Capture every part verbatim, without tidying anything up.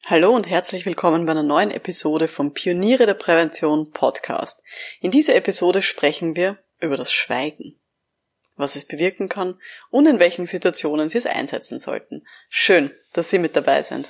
Hallo und herzlich willkommen bei einer neuen Episode vom Pioniere der Prävention Podcast. In dieser Episode sprechen wir über das Schweigen, was es bewirken kann und in welchen Situationen Sie es einsetzen sollten. Schön, dass Sie mit dabei sind.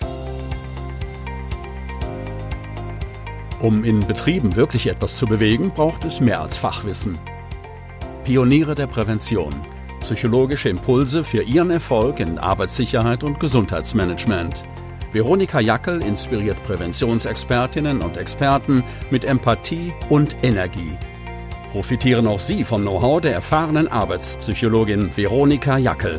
Um in Betrieben wirklich etwas zu bewegen, braucht es mehr als Fachwissen. Pioniere der Prävention. Psychologische Impulse für Ihren Erfolg in Arbeitssicherheit und Gesundheitsmanagement. Veronika Jackel inspiriert Präventionsexpertinnen und Experten mit Empathie und Energie. Profitieren auch Sie vom Know-how der erfahrenen Arbeitspsychologin Veronika Jackel.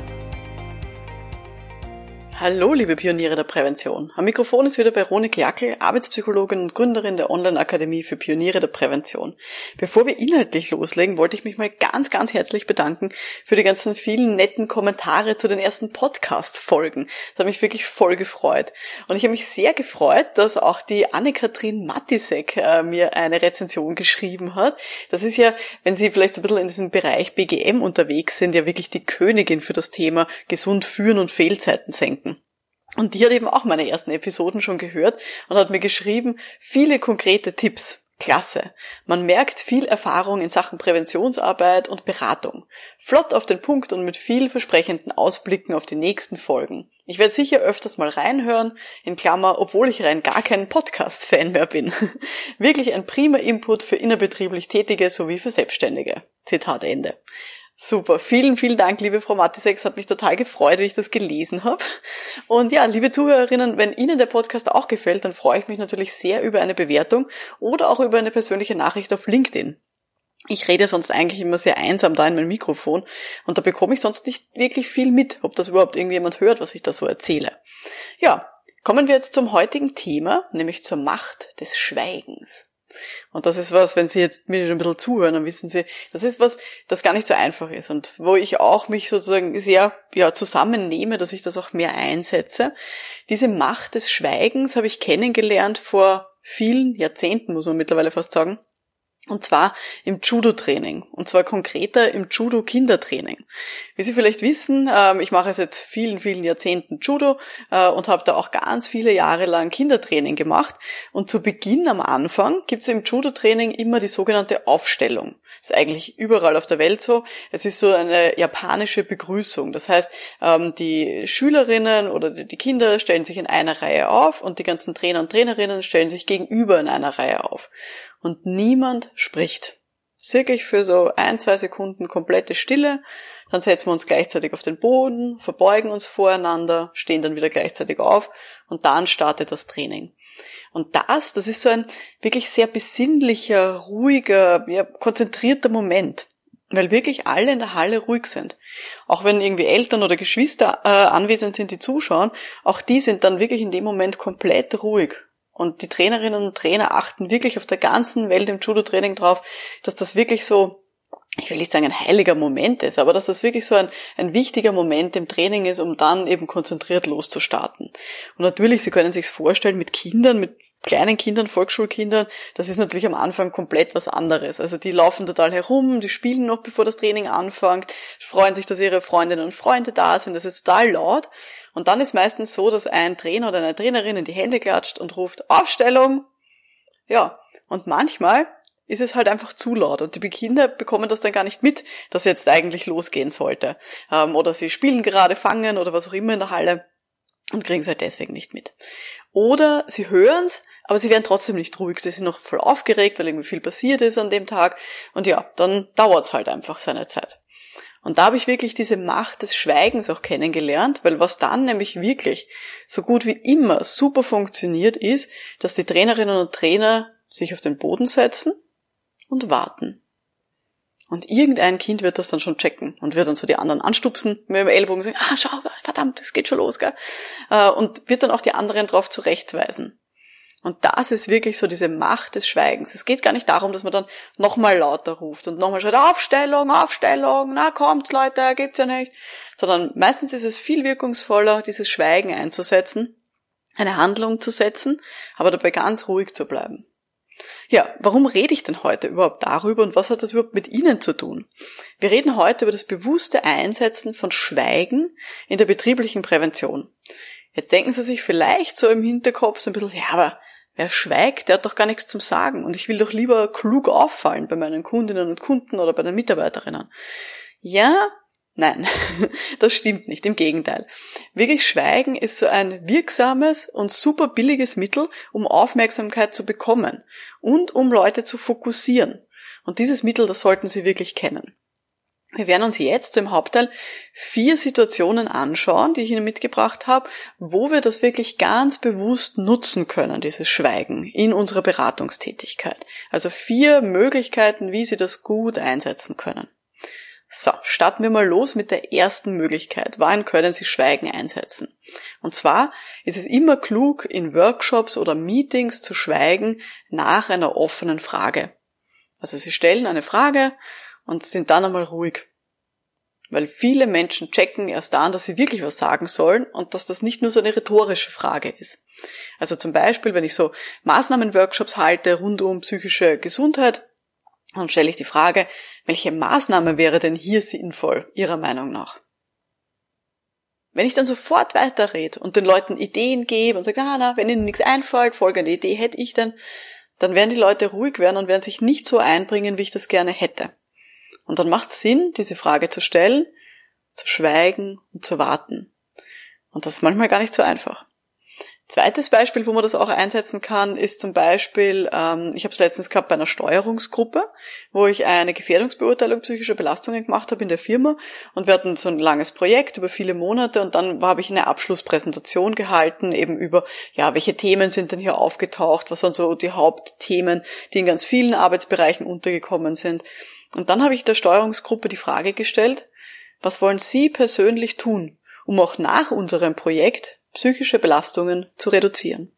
Hallo, liebe Pioniere der Prävention. Am Mikrofon ist wieder Veronika Jackel, Arbeitspsychologin und Gründerin der Online-Akademie für Pioniere der Prävention. Bevor wir inhaltlich loslegen, wollte ich mich mal ganz, ganz herzlich bedanken für die ganzen vielen netten Kommentare zu den ersten Podcast-Folgen. Das hat mich wirklich voll gefreut. Und ich habe mich sehr gefreut, dass auch die Anne-Kathrin Matisek äh, mir eine Rezension geschrieben hat. Das ist ja, wenn Sie vielleicht so ein bisschen in diesem Bereich B G M unterwegs sind, ja wirklich die Königin für das Thema gesund führen und Fehlzeiten senken. Und die hat eben auch meine ersten Episoden schon gehört und hat mir geschrieben, viele konkrete Tipps. Klasse. Man merkt viel Erfahrung in Sachen Präventionsarbeit und Beratung. Flott auf den Punkt und mit vielversprechenden Ausblicken auf die nächsten Folgen. Ich werde sicher öfters mal reinhören, in Klammer, obwohl ich rein gar kein Podcast-Fan mehr bin. Wirklich ein prima Input für innerbetrieblich Tätige sowie für Selbstständige. Zitat Ende. Super, vielen, vielen Dank, liebe Frau Matisek, es hat mich total gefreut, wie ich das gelesen habe. Und ja, liebe Zuhörerinnen, wenn Ihnen der Podcast auch gefällt, dann freue ich mich natürlich sehr über eine Bewertung oder auch über eine persönliche Nachricht auf LinkedIn. Ich rede sonst eigentlich immer sehr einsam da in meinem Mikrofon und da bekomme ich sonst nicht wirklich viel mit, ob das überhaupt irgendjemand hört, was ich da so erzähle. Ja, kommen wir jetzt zum heutigen Thema, nämlich zur Macht des Schweigens. Und das ist was, wenn Sie jetzt mir ein bisschen zuhören, dann wissen Sie, das ist was, das gar nicht so einfach ist und wo ich auch mich sozusagen sehr ja zusammennehme, dass ich das auch mehr einsetze. Diese Macht des Schweigens habe ich kennengelernt vor vielen Jahrzehnten, muss man mittlerweile fast sagen. Und zwar im Judo-Training. Und zwar konkreter im Judo-Kindertraining. Wie Sie vielleicht wissen, ich mache seit vielen, vielen Jahrzehnten Judo und habe da auch ganz viele Jahre lang Kindertraining gemacht. Und zu Beginn am Anfang gibt es im Judo-Training immer die sogenannte Aufstellung. Das ist eigentlich überall auf der Welt so. Es ist so eine japanische Begrüßung. Das heißt, die Schülerinnen oder die Kinder stellen sich in einer Reihe auf und die ganzen Trainer und Trainerinnen stellen sich gegenüber in einer Reihe auf. Und niemand spricht. Es ist wirklich für so ein, zwei Sekunden komplette Stille. Dann setzen wir uns gleichzeitig auf den Boden, verbeugen uns voreinander, stehen dann wieder gleichzeitig auf und dann startet das Training. Und das, das ist so ein wirklich sehr besinnlicher, ruhiger, ja, konzentrierter Moment, weil wirklich alle in der Halle ruhig sind. Auch wenn irgendwie Eltern oder Geschwister äh, anwesend sind, die zuschauen, auch die sind dann wirklich in dem Moment komplett ruhig. Und die Trainerinnen und Trainer achten wirklich auf der ganzen Welt im Judo-Training drauf, dass das wirklich so, ich will nicht sagen ein heiliger Moment ist, aber dass das wirklich so ein, ein wichtiger Moment im Training ist, um dann eben konzentriert loszustarten. Und natürlich, Sie können sich's vorstellen, mit Kindern, mit kleinen Kindern, Volksschulkindern, das ist natürlich am Anfang komplett was anderes. Also die laufen total herum, die spielen noch, bevor das Training anfängt, freuen sich, dass ihre Freundinnen und Freunde da sind, das ist total laut. Und dann ist meistens so, dass ein Trainer oder eine Trainerin in die Hände klatscht und ruft Aufstellung. Ja, und manchmal ist es halt einfach zu laut und die Kinder bekommen das dann gar nicht mit, dass jetzt eigentlich losgehen sollte. Ähm, oder sie spielen gerade Fangen oder was auch immer in der Halle und kriegen es halt deswegen nicht mit. Oder sie hören's, aber sie werden trotzdem nicht ruhig. Sie sind noch voll aufgeregt, weil irgendwie viel passiert ist an dem Tag. Und ja, dann dauert's halt einfach seine Zeit. Und da habe ich wirklich diese Macht des Schweigens auch kennengelernt, weil was dann nämlich wirklich so gut wie immer super funktioniert ist, dass die Trainerinnen und Trainer sich auf den Boden setzen und warten. Und irgendein Kind wird das dann schon checken und wird dann so die anderen anstupsen mit dem Ellbogen und sagen, ah, schau, verdammt, es geht schon los, gell? Und wird dann auch die anderen drauf zurechtweisen. Und das ist wirklich so diese Macht des Schweigens. Es geht gar nicht darum, dass man dann nochmal lauter ruft und nochmal schreit, Aufstellung, Aufstellung, na kommt Leute, gibt's ja nicht. Sondern meistens ist es viel wirkungsvoller, dieses Schweigen einzusetzen, eine Handlung zu setzen, aber dabei ganz ruhig zu bleiben. Ja, warum rede ich denn heute überhaupt darüber und was hat das überhaupt mit Ihnen zu tun? Wir reden heute über das bewusste Einsetzen von Schweigen in der betrieblichen Prävention. Jetzt denken Sie sich vielleicht so im Hinterkopf so ein bisschen, ja, aber wer schweigt, der hat doch gar nichts zum Sagen und ich will doch lieber klug auffallen bei meinen Kundinnen und Kunden oder bei den Mitarbeiterinnen. Ja, nein, das stimmt nicht, im Gegenteil. Wirklich Schweigen ist so ein wirksames und super billiges Mittel, um Aufmerksamkeit zu bekommen und um Leute zu fokussieren. Und dieses Mittel, das sollten Sie wirklich kennen. Wir werden uns jetzt im Hauptteil vier Situationen anschauen, die ich Ihnen mitgebracht habe, wo wir das wirklich ganz bewusst nutzen können, dieses Schweigen in unserer Beratungstätigkeit. Also vier Möglichkeiten, wie Sie das gut einsetzen können. So, starten wir mal los mit der ersten Möglichkeit. Wann können Sie Schweigen einsetzen? Und zwar ist es immer klug, in Workshops oder Meetings zu schweigen nach einer offenen Frage. Also Sie stellen eine Frage und sind dann einmal ruhig. Weil viele Menschen checken erst dann, dass sie wirklich was sagen sollen und dass das nicht nur so eine rhetorische Frage ist. Also zum Beispiel, wenn ich so Maßnahmenworkshops halte rund um psychische Gesundheit, dann stelle ich die Frage, welche Maßnahme wäre denn hier sinnvoll, Ihrer Meinung nach? Wenn ich dann sofort weiterrede und den Leuten Ideen gebe und sage, na, na, wenn Ihnen nichts einfällt, folgende Idee hätte ich denn, dann werden die Leute ruhig werden und werden sich nicht so einbringen, wie ich das gerne hätte. Und dann macht es Sinn, diese Frage zu stellen, zu schweigen und zu warten. Und das ist manchmal gar nicht so einfach. Zweites Beispiel, wo man das auch einsetzen kann, ist zum Beispiel, ähm, ich habe es letztens gehabt bei einer Steuerungsgruppe, wo ich eine Gefährdungsbeurteilung psychischer Belastungen gemacht habe in der Firma und wir hatten so ein langes Projekt über viele Monate und dann habe ich eine Abschlusspräsentation gehalten, eben über, ja, welche Themen sind denn hier aufgetaucht, was sind so die Hauptthemen, die in ganz vielen Arbeitsbereichen untergekommen sind. Und dann habe ich der Steuerungsgruppe die Frage gestellt, was wollen Sie persönlich tun, um auch nach unserem Projekt psychische Belastungen zu reduzieren?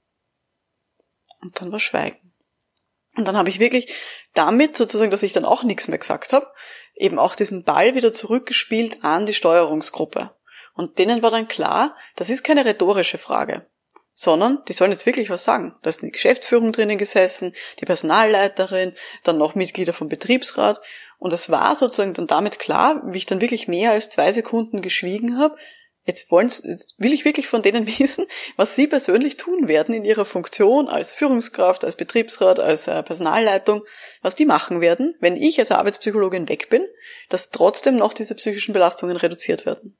Und dann war Schweigen. Und dann habe ich wirklich damit, sozusagen, dass ich dann auch nichts mehr gesagt habe, eben auch diesen Ball wieder zurückgespielt an die Steuerungsgruppe. Und denen war dann klar, das ist keine rhetorische Frage, sondern die sollen jetzt wirklich was sagen. Da ist eine Geschäftsführung drinnen gesessen, die Personalleiterin, dann noch Mitglieder vom Betriebsrat. Und es war sozusagen dann damit klar, wie ich dann wirklich mehr als zwei Sekunden geschwiegen habe, jetzt, wollen, jetzt will ich wirklich von denen wissen, was sie persönlich tun werden in ihrer Funktion als Führungskraft, als Betriebsrat, als äh, Personalleitung, was die machen werden, wenn ich als Arbeitspsychologin weg bin, dass trotzdem noch diese psychischen Belastungen reduziert werden.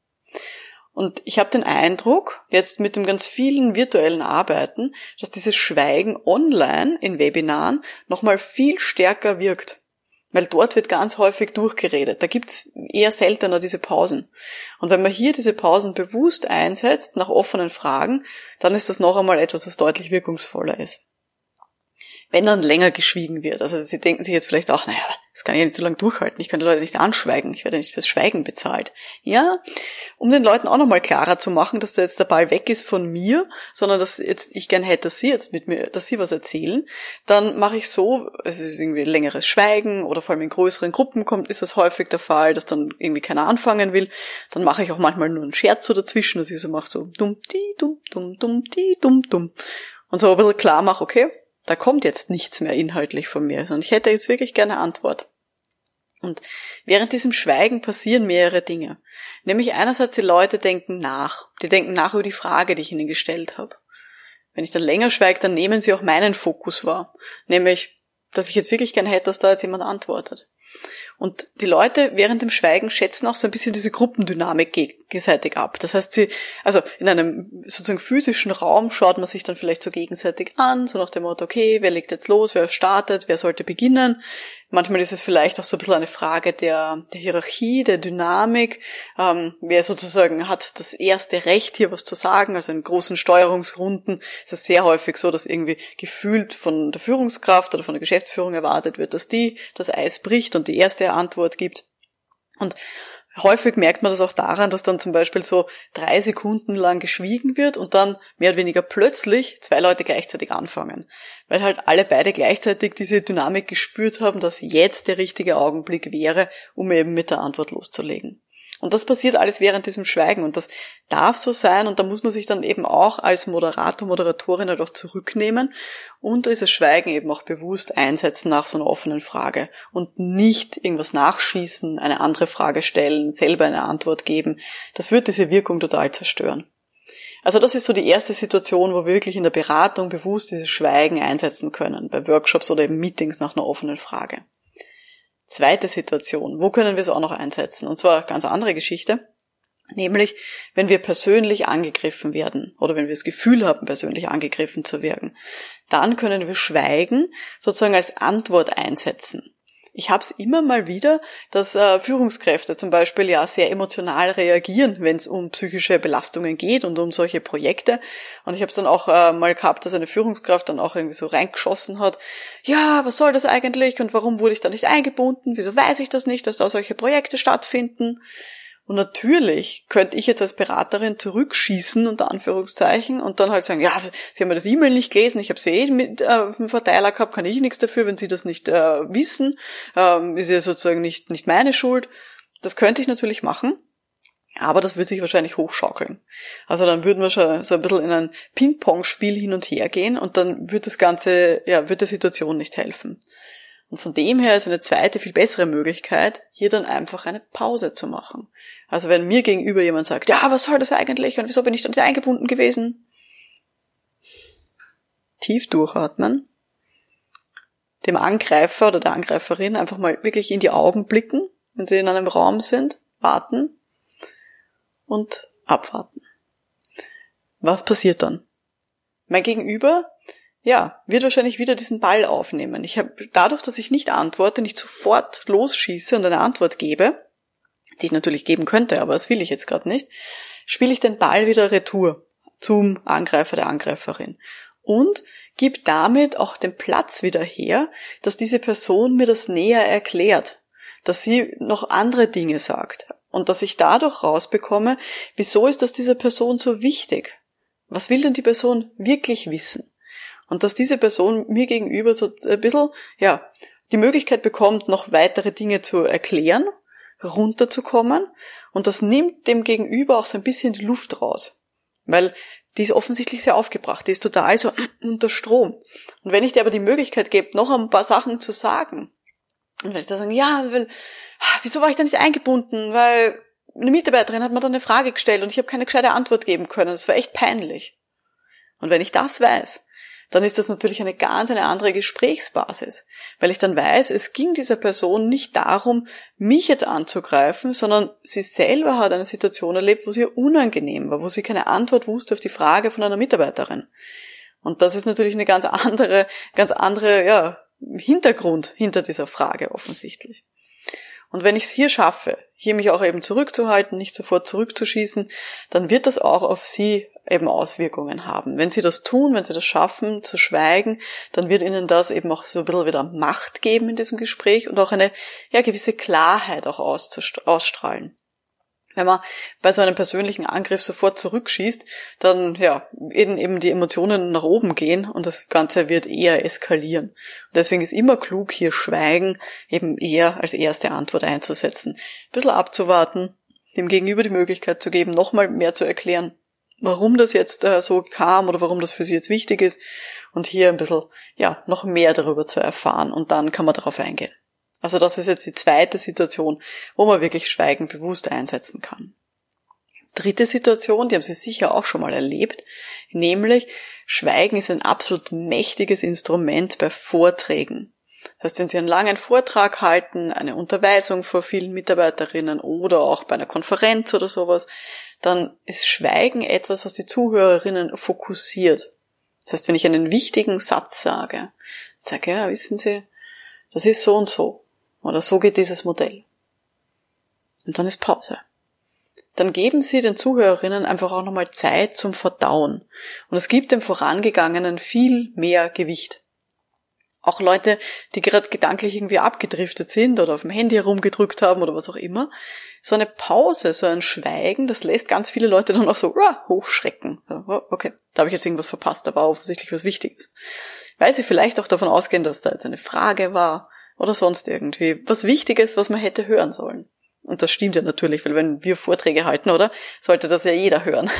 Und ich habe den Eindruck, jetzt mit dem ganz vielen virtuellen Arbeiten, dass dieses Schweigen online in Webinaren nochmal viel stärker wirkt. Weil dort wird ganz häufig durchgeredet. Da gibt's eher seltener diese Pausen. Und wenn man hier diese Pausen bewusst einsetzt, nach offenen Fragen, dann ist das noch einmal etwas, was deutlich wirkungsvoller ist. Wenn dann länger geschwiegen wird, also Sie denken sich jetzt vielleicht auch, naja, das kann ich ja nicht so lange durchhalten, ich kann die Leute nicht anschweigen, ich werde nicht fürs Schweigen bezahlt. Ja, um den Leuten auch nochmal klarer zu machen, dass da jetzt der Ball weg ist von mir, sondern dass jetzt ich gern hätte, dass Sie jetzt mit mir, dass Sie was erzählen, dann mache ich so, es ist irgendwie längeres Schweigen oder vor allem in größeren Gruppen kommt, ist das häufig der Fall, dass dann irgendwie keiner anfangen will, dann mache ich auch manchmal nur einen Scherz so dazwischen, dass ich so mache so dumm, die, dumm, dumm, dumm, die, dumm, dumm und so ein bisschen klar mache, okay, da kommt jetzt nichts mehr inhaltlich von mir, sondern ich hätte jetzt wirklich gerne Antwort. Und während diesem Schweigen passieren mehrere Dinge. Nämlich einerseits, die Leute denken nach. Die denken nach über die Frage, die ich ihnen gestellt habe. Wenn ich dann länger schweige, dann nehmen sie auch meinen Fokus wahr. Nämlich, dass ich jetzt wirklich gerne hätte, dass da jetzt jemand antwortet. Und die Leute während dem Schweigen schätzen auch so ein bisschen diese Gruppendynamik gegenseitig ab. Das heißt, sie, also in einem sozusagen physischen Raum schaut man sich dann vielleicht so gegenseitig an, so nach dem Motto, okay, wer legt jetzt los, wer startet, wer sollte beginnen. Manchmal ist es vielleicht auch so ein bisschen eine Frage der, der Hierarchie, der Dynamik. Ähm, wer sozusagen hat das erste Recht, hier was zu sagen. Also in großen Steuerungsrunden ist es sehr häufig so, dass irgendwie gefühlt von der Führungskraft oder von der Geschäftsführung erwartet wird, dass die das Eis bricht und die erste Antwort gibt. Und häufig merkt man das auch daran, dass dann zum Beispiel so drei Sekunden lang geschwiegen wird und dann mehr oder weniger plötzlich zwei Leute gleichzeitig anfangen. Weil halt alle beide gleichzeitig diese Dynamik gespürt haben, dass jetzt der richtige Augenblick wäre, um eben mit der Antwort loszulegen. Und das passiert alles während diesem Schweigen und das darf so sein und da muss man sich dann eben auch als Moderator, Moderatorin halt auch zurücknehmen und dieses Schweigen eben auch bewusst einsetzen nach so einer offenen Frage und nicht irgendwas nachschießen, eine andere Frage stellen, selber eine Antwort geben. Das wird diese Wirkung total zerstören. Also das ist so die erste Situation, wo wir wirklich in der Beratung bewusst dieses Schweigen einsetzen können, bei Workshops oder eben Meetings nach einer offenen Frage. Zweite Situation, wo können wir es auch noch einsetzen? Und zwar eine ganz andere Geschichte, nämlich wenn wir persönlich angegriffen werden oder wenn wir das Gefühl haben, persönlich angegriffen zu werden, dann können wir Schweigen sozusagen als Antwort einsetzen. Ich habe es immer mal wieder, dass äh, Führungskräfte zum Beispiel ja sehr emotional reagieren, wenn es um psychische Belastungen geht und um solche Projekte. Und ich habe es dann auch äh, mal gehabt, dass eine Führungskraft dann auch irgendwie so reingeschossen hat. Ja, was soll das eigentlich und warum wurde ich da nicht eingebunden? Wieso weiß ich das nicht, dass da solche Projekte stattfinden? Und natürlich könnte ich jetzt als Beraterin zurückschießen, unter Anführungszeichen, und dann halt sagen, ja, Sie haben ja das E-Mail nicht gelesen, ich habe sie eh mit äh, dem Verteiler gehabt, kann ich nichts dafür, wenn Sie das nicht äh, wissen, ähm, ist ja sozusagen nicht nicht meine Schuld. Das könnte ich natürlich machen, aber das wird sich wahrscheinlich hochschaukeln. Also dann würden wir schon so ein bisschen in ein Ping-Pong-Spiel hin und her gehen und dann wird das Ganze, ja, wird der Situation nicht helfen. Und von dem her ist eine zweite, viel bessere Möglichkeit, hier dann einfach eine Pause zu machen. Also wenn mir gegenüber jemand sagt, ja, was soll das eigentlich und wieso bin ich da nicht eingebunden gewesen? Tief durchatmen, dem Angreifer oder der Angreiferin einfach mal wirklich in die Augen blicken, wenn sie in einem Raum sind, warten und abwarten. Was passiert dann? Mein Gegenüber ja, wird wahrscheinlich wieder diesen Ball aufnehmen. Ich habe dadurch, dass ich nicht antworte, nicht sofort losschieße und eine Antwort gebe, die ich natürlich geben könnte, aber das will ich jetzt gerade nicht, spiele ich den Ball wieder retour zum Angreifer, der Angreiferin und gebe damit auch den Platz wieder her, dass diese Person mir das näher erklärt, dass sie noch andere Dinge sagt und dass ich dadurch rausbekomme, wieso ist das dieser Person so wichtig? Was will denn die Person wirklich wissen? Und dass diese Person mir gegenüber so ein bisschen, ja, die Möglichkeit bekommt, noch weitere Dinge zu erklären, runterzukommen. Und das nimmt dem Gegenüber auch so ein bisschen die Luft raus. Weil die ist offensichtlich sehr aufgebracht, die ist total so unter Strom. Und wenn ich dir aber die Möglichkeit gebe, noch ein paar Sachen zu sagen, und wenn ich da sagen, ja, weil, wieso war ich da nicht eingebunden? Weil eine Mitarbeiterin hat mir da eine Frage gestellt und ich habe keine gescheite Antwort geben können. Das war echt peinlich. Und wenn ich das weiß, dann ist das natürlich eine ganz eine andere Gesprächsbasis, weil ich dann weiß, es ging dieser Person nicht darum, mich jetzt anzugreifen, sondern sie selber hat eine Situation erlebt, wo sie ihr unangenehm war, wo sie keine Antwort wusste auf die Frage von einer Mitarbeiterin. Und das ist natürlich eine ganz andere, ganz andere, ja, Hintergrund hinter dieser Frage offensichtlich. Und wenn ich es hier schaffe, hier mich auch eben zurückzuhalten, nicht sofort zurückzuschießen, dann wird das auch auf sie eben Auswirkungen haben. Wenn sie das tun, wenn sie das schaffen, zu schweigen, dann wird ihnen das eben auch so ein bisschen wieder Macht geben in diesem Gespräch und auch eine ja gewisse Klarheit auch ausstrahlen. Wenn man bei so einem persönlichen Angriff sofort zurückschießt, dann ja eben, eben die Emotionen nach oben gehen und das Ganze wird eher eskalieren. Und deswegen ist immer klug, hier Schweigen eben eher als erste Antwort einzusetzen. Ein bisschen abzuwarten, dem Gegenüber die Möglichkeit zu geben, nochmal mehr zu erklären, warum das jetzt äh, so kam oder warum das für sie jetzt wichtig ist und hier ein bisschen ja noch mehr darüber zu erfahren und dann kann man darauf eingehen. Also das ist jetzt die zweite Situation, wo man wirklich Schweigen bewusst einsetzen kann. Dritte Situation, die haben Sie sicher auch schon mal erlebt, nämlich Schweigen ist ein absolut mächtiges Instrument bei Vorträgen. Das heißt, wenn Sie einen langen Vortrag halten, eine Unterweisung vor vielen Mitarbeiterinnen oder auch bei einer Konferenz oder sowas, dann ist Schweigen etwas, was die Zuhörerinnen fokussiert. Das heißt, wenn ich einen wichtigen Satz sage, sage, ja, wissen Sie, das ist so und so. Oder so geht dieses Modell. Und dann ist Pause. Dann geben Sie den Zuhörerinnen einfach auch nochmal Zeit zum Verdauen. Und es gibt dem Vorangegangenen viel mehr Gewicht. Auch Leute, die gerade gedanklich irgendwie abgedriftet sind oder auf dem Handy herumgedrückt haben oder was auch immer. So eine Pause, so ein Schweigen, das lässt ganz viele Leute dann auch so uh, hochschrecken. Okay, da habe ich jetzt irgendwas verpasst, aber offensichtlich was Wichtiges. Weil sie vielleicht auch davon ausgehen, dass da jetzt eine Frage war oder sonst irgendwie was Wichtiges, was man hätte hören sollen. Und das stimmt ja natürlich, weil wenn wir Vorträge halten, oder, sollte das ja jeder hören.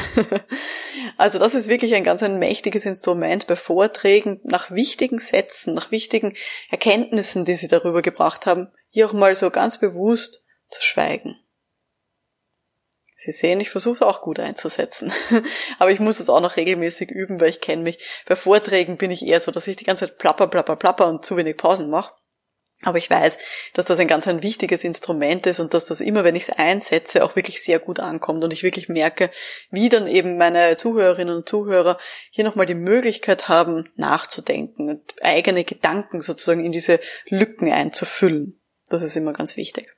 Also das ist wirklich ein ganz ein mächtiges Instrument bei Vorträgen, nach wichtigen Sätzen, nach wichtigen Erkenntnissen, die sie darüber gebracht haben, hier auch mal so ganz bewusst zu schweigen. Sie sehen, ich versuche es auch gut einzusetzen. Aber ich muss es auch noch regelmäßig üben, weil ich kenne mich. Bei Vorträgen bin ich eher so, dass ich die ganze Zeit plapper, plapper, plapper und zu wenig Pausen mache. Aber ich weiß, dass das ein ganz ein wichtiges Instrument ist und dass das immer, wenn ich es einsetze, auch wirklich sehr gut ankommt und ich wirklich merke, wie dann eben meine Zuhörerinnen und Zuhörer hier nochmal die Möglichkeit haben, nachzudenken und eigene Gedanken sozusagen in diese Lücken einzufüllen. Das ist immer ganz wichtig.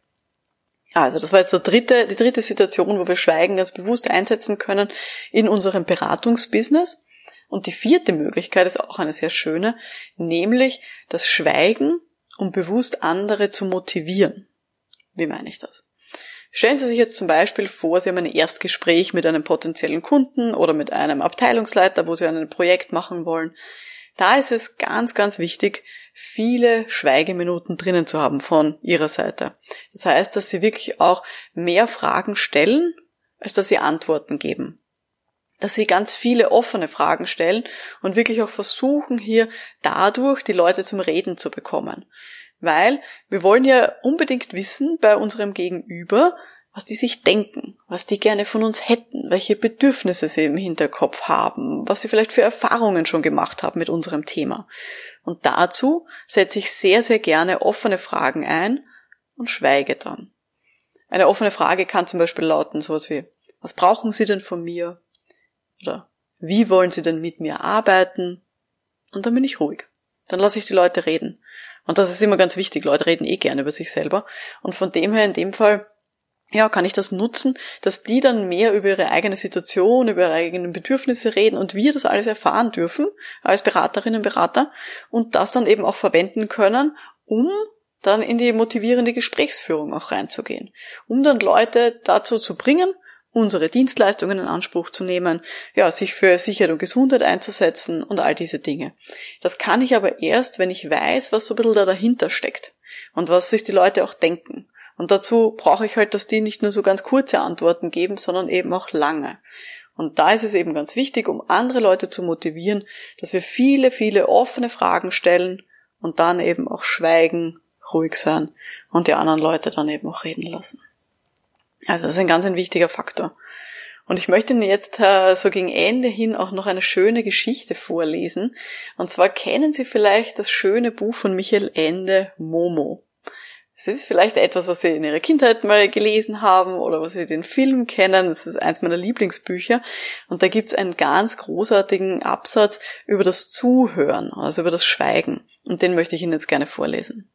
Also das war jetzt der dritte, die dritte Situation, wo wir Schweigen ganz bewusst einsetzen können in unserem Beratungsbusiness. Und die vierte Möglichkeit ist auch eine sehr schöne, nämlich das Schweigen, um bewusst andere zu motivieren. Wie meine ich das? Stellen Sie sich jetzt zum Beispiel vor, Sie haben ein Erstgespräch mit einem potenziellen Kunden oder mit einem Abteilungsleiter, wo Sie ein Projekt machen wollen. Da ist es ganz, ganz wichtig, viele Schweigeminuten drinnen zu haben von Ihrer Seite. Das heißt, dass Sie wirklich auch mehr Fragen stellen, als dass Sie Antworten geben. Dass Sie ganz viele offene Fragen stellen und wirklich auch versuchen, hier dadurch die Leute zum Reden zu bekommen. Weil wir wollen ja unbedingt wissen bei unserem Gegenüber, was die sich denken, was die gerne von uns hätten, welche Bedürfnisse sie im Hinterkopf haben, was sie vielleicht für Erfahrungen schon gemacht haben mit unserem Thema. Und dazu setze ich sehr, sehr gerne offene Fragen ein und schweige dann. Eine offene Frage kann zum Beispiel lauten sowas wie, was brauchen Sie denn von mir? Oder wie wollen Sie denn mit mir arbeiten? Und dann bin ich ruhig. Dann lasse ich die Leute reden. Und das ist immer ganz wichtig. Leute reden eh gerne über sich selber. Und von dem her in dem Fall, ja, kann ich das nutzen, dass die dann mehr über ihre eigene Situation, über ihre eigenen Bedürfnisse reden und wir das alles erfahren dürfen als Beraterinnen und Berater und das dann eben auch verwenden können, um dann in die motivierende Gesprächsführung auch reinzugehen. Um dann Leute dazu zu bringen, unsere Dienstleistungen in Anspruch zu nehmen, ja, sich für Sicherheit und Gesundheit einzusetzen und all diese Dinge. Das kann ich aber erst, wenn ich weiß, was so ein bisschen da dahinter steckt und was sich die Leute auch denken. Und dazu brauche ich halt, dass die nicht nur so ganz kurze Antworten geben, sondern eben auch lange. Und da ist es eben ganz wichtig, um andere Leute zu motivieren, dass wir viele, viele offene Fragen stellen und dann eben auch schweigen, ruhig sein und die anderen Leute dann eben auch reden lassen. Also das ist ein ganz ein wichtiger Faktor. Und ich möchte Ihnen jetzt äh, so gegen Ende hin auch noch eine schöne Geschichte vorlesen. Und zwar kennen Sie vielleicht das schöne Buch von Michael Ende, Momo. Es ist vielleicht etwas, was Sie in Ihrer Kindheit mal gelesen haben oder was Sie den Film kennen. Das ist eins meiner Lieblingsbücher. Und da gibt es einen ganz großartigen Absatz über das Zuhören, also über das Schweigen. Und den möchte ich Ihnen jetzt gerne vorlesen.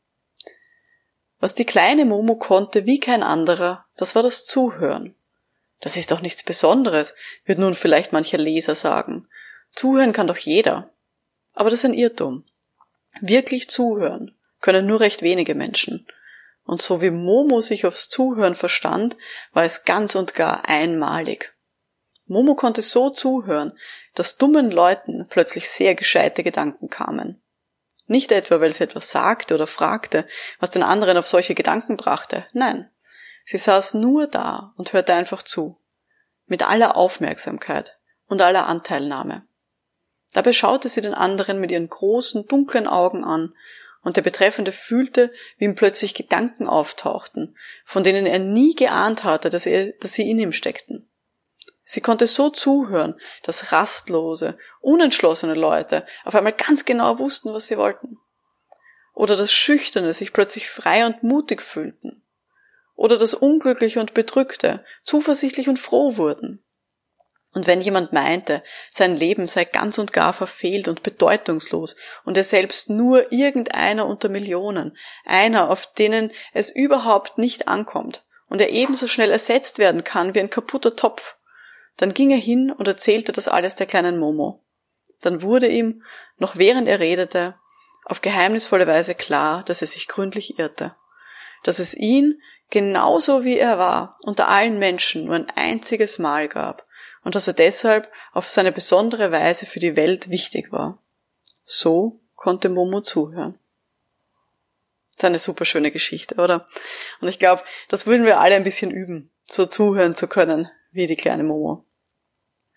Was die kleine Momo konnte wie kein anderer, das war das Zuhören. Das ist doch nichts Besonderes, wird nun vielleicht mancher Leser sagen. Zuhören kann doch jeder. Aber das ist ein Irrtum. Wirklich zuhören können nur recht wenige Menschen. Und so wie Momo sich aufs Zuhören verstand, war es ganz und gar einmalig. Momo konnte so zuhören, dass dummen Leuten plötzlich sehr gescheite Gedanken kamen. Nicht etwa, weil sie etwas sagte oder fragte, was den anderen auf solche Gedanken brachte. Nein, sie saß nur da und hörte einfach zu. Mit aller Aufmerksamkeit und aller Anteilnahme. Dabei schaute sie den anderen mit ihren großen, dunklen Augen an und der Betreffende fühlte, wie ihm plötzlich Gedanken auftauchten, von denen er nie geahnt hatte, dass, er, dass sie in ihm steckten. Sie konnte so zuhören, dass rastlose, unentschlossene Leute auf einmal ganz genau wussten, was sie wollten. Oder dass Schüchterne sich plötzlich frei und mutig fühlten. Oder dass Unglückliche und Bedrückte zuversichtlich und froh wurden. Und wenn jemand meinte, sein Leben sei ganz und gar verfehlt und bedeutungslos und er selbst nur irgendeiner unter Millionen, einer, auf denen es überhaupt nicht ankommt und er ebenso schnell ersetzt werden kann wie ein kaputter Topf, dann ging er hin und erzählte das alles der kleinen Momo. Dann wurde ihm, noch während er redete, auf geheimnisvolle Weise klar, dass er sich gründlich irrte. Dass es ihn, genauso wie er war, unter allen Menschen nur ein einziges Mal gab und dass er deshalb auf seine besondere Weise für die Welt wichtig war. So konnte Momo zuhören. Das ist eine super schöne Geschichte, oder? Und ich glaube, das würden wir alle ein bisschen üben, so zuhören zu können wie die kleine Momo.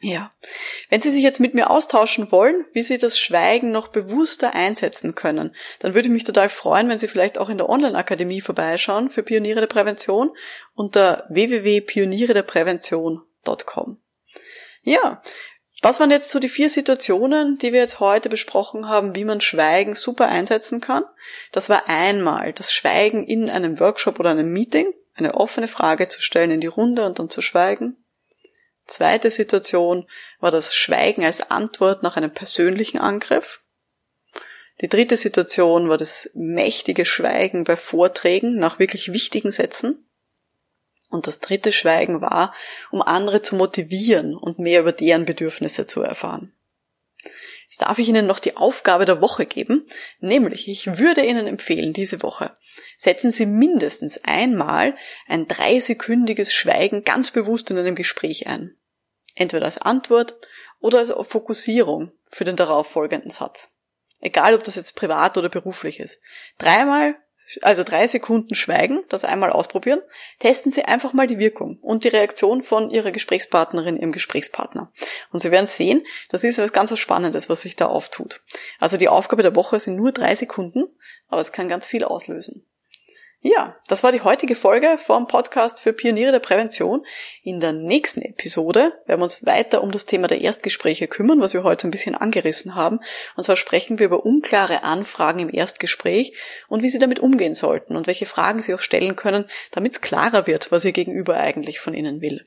Ja, wenn Sie sich jetzt mit mir austauschen wollen, wie Sie das Schweigen noch bewusster einsetzen können, dann würde ich mich total freuen, wenn Sie vielleicht auch in der Online-Akademie vorbeischauen für Pioniere der Prävention unter w w w punkt pioniere der prävention punkt com. Ja, was waren jetzt so die vier Situationen, die wir jetzt heute besprochen haben, wie man Schweigen super einsetzen kann? Das war einmal das Schweigen in einem Workshop oder einem Meeting, eine offene Frage zu stellen in die Runde und dann zu schweigen. Zweite Situation war das Schweigen als Antwort nach einem persönlichen Angriff. Die dritte Situation war das mächtige Schweigen bei Vorträgen nach wirklich wichtigen Sätzen. Und das dritte Schweigen war, um andere zu motivieren und mehr über deren Bedürfnisse zu erfahren. Jetzt darf ich Ihnen noch die Aufgabe der Woche geben, nämlich ich würde Ihnen empfehlen, diese Woche setzen Sie mindestens einmal ein dreisekündiges Schweigen ganz bewusst in einem Gespräch ein. Entweder als Antwort oder als Fokussierung für den darauffolgenden Satz. Egal, ob das jetzt privat oder beruflich ist. Dreimal, also drei Sekunden Schweigen, das einmal ausprobieren. Testen Sie einfach mal die Wirkung und die Reaktion von Ihrer Gesprächspartnerin, Ihrem Gesprächspartner. Und Sie werden sehen, das ist etwas ganz was Spannendes, was sich da auftut. Also die Aufgabe der Woche sind nur drei Sekunden, aber es kann ganz viel auslösen. Ja, das war die heutige Folge vom Podcast für Pioniere der Prävention. In der nächsten Episode werden wir uns weiter um das Thema der Erstgespräche kümmern, was wir heute ein bisschen angerissen haben. Und zwar sprechen wir über unklare Anfragen im Erstgespräch und wie Sie damit umgehen sollten und welche Fragen Sie auch stellen können, damit es klarer wird, was Ihr Gegenüber eigentlich von Ihnen will.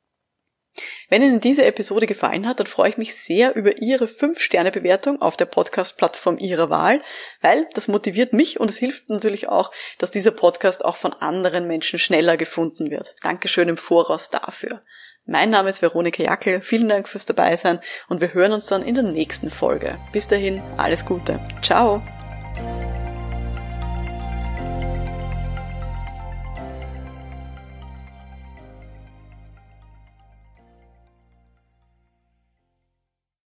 Wenn Ihnen diese Episode gefallen hat, dann freue ich mich sehr über Ihre fünf Sterne Bewertung auf der Podcast-Plattform Ihrer Wahl, weil das motiviert mich und es hilft natürlich auch, dass dieser Podcast auch von anderen Menschen schneller gefunden wird. Dankeschön im Voraus dafür. Mein Name ist Veronika Jackel, vielen Dank fürs Dabeisein und wir hören uns dann in der nächsten Folge. Bis dahin, alles Gute. Ciao!